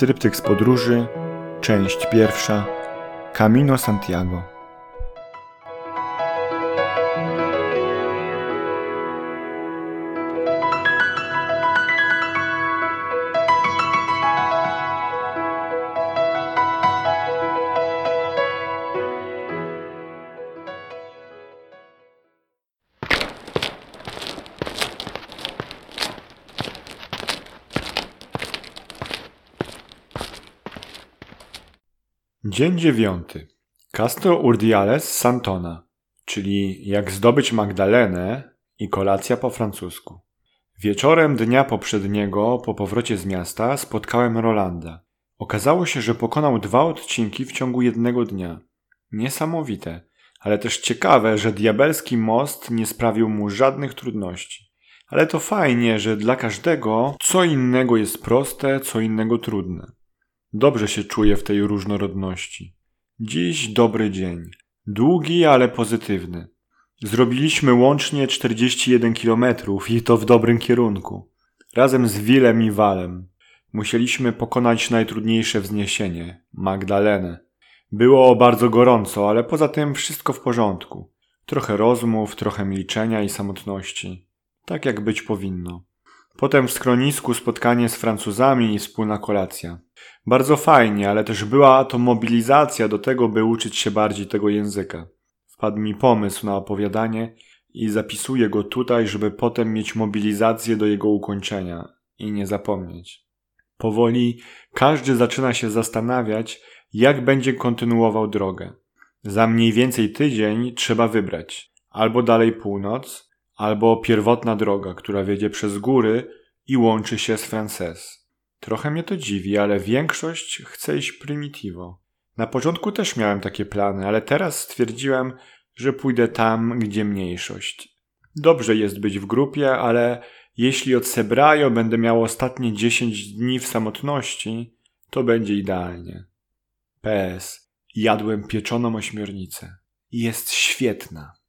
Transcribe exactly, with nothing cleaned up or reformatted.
Tryptyk z podróży, część pierwsza, Camino Santiago. Dzień dziewiąty. Castro Urdiales Santona, czyli jak zdobyć Magdalenę i kolacja po francusku. Wieczorem dnia poprzedniego, po powrocie z miasta, spotkałem Rolanda. Okazało się, że pokonał dwa odcinki w ciągu jednego dnia. Niesamowite, ale też ciekawe, że diabelski most nie sprawił mu żadnych trudności. Ale to fajnie, że dla każdego co innego jest proste, co innego trudne. Dobrze się czuję w tej różnorodności. Dziś dobry dzień. Długi, ale pozytywny. Zrobiliśmy łącznie czterdzieści jeden kilometrów i to w dobrym kierunku. Razem z Willem i Walem. Musieliśmy pokonać najtrudniejsze wzniesienie, Magdalenę. Było bardzo gorąco, ale poza tym wszystko w porządku. Trochę rozmów, trochę milczenia i samotności. Tak jak być powinno. Potem w schronisku spotkanie z Francuzami i wspólna kolacja. Bardzo fajnie, ale też była to mobilizacja do tego, by uczyć się bardziej tego języka. Wpadł mi pomysł na opowiadanie i zapisuję go tutaj, żeby potem mieć mobilizację do jego ukończenia i nie zapomnieć. Powoli każdy zaczyna się zastanawiać, jak będzie kontynuował drogę. Za mniej więcej tydzień trzeba wybrać albo dalej północ, albo pierwotna droga, która wiedzie przez góry i łączy się z Frances. Trochę mnie to dziwi, ale większość chce iść Primitivo. Na początku też miałem takie plany, ale teraz stwierdziłem, że pójdę tam, gdzie mniejszość. Dobrze jest być w grupie, ale jeśli od Cebrajo będę miał ostatnie dziesięć dni w samotności, to będzie idealnie. P S. Jadłem pieczoną ośmiornicę. Jest świetna.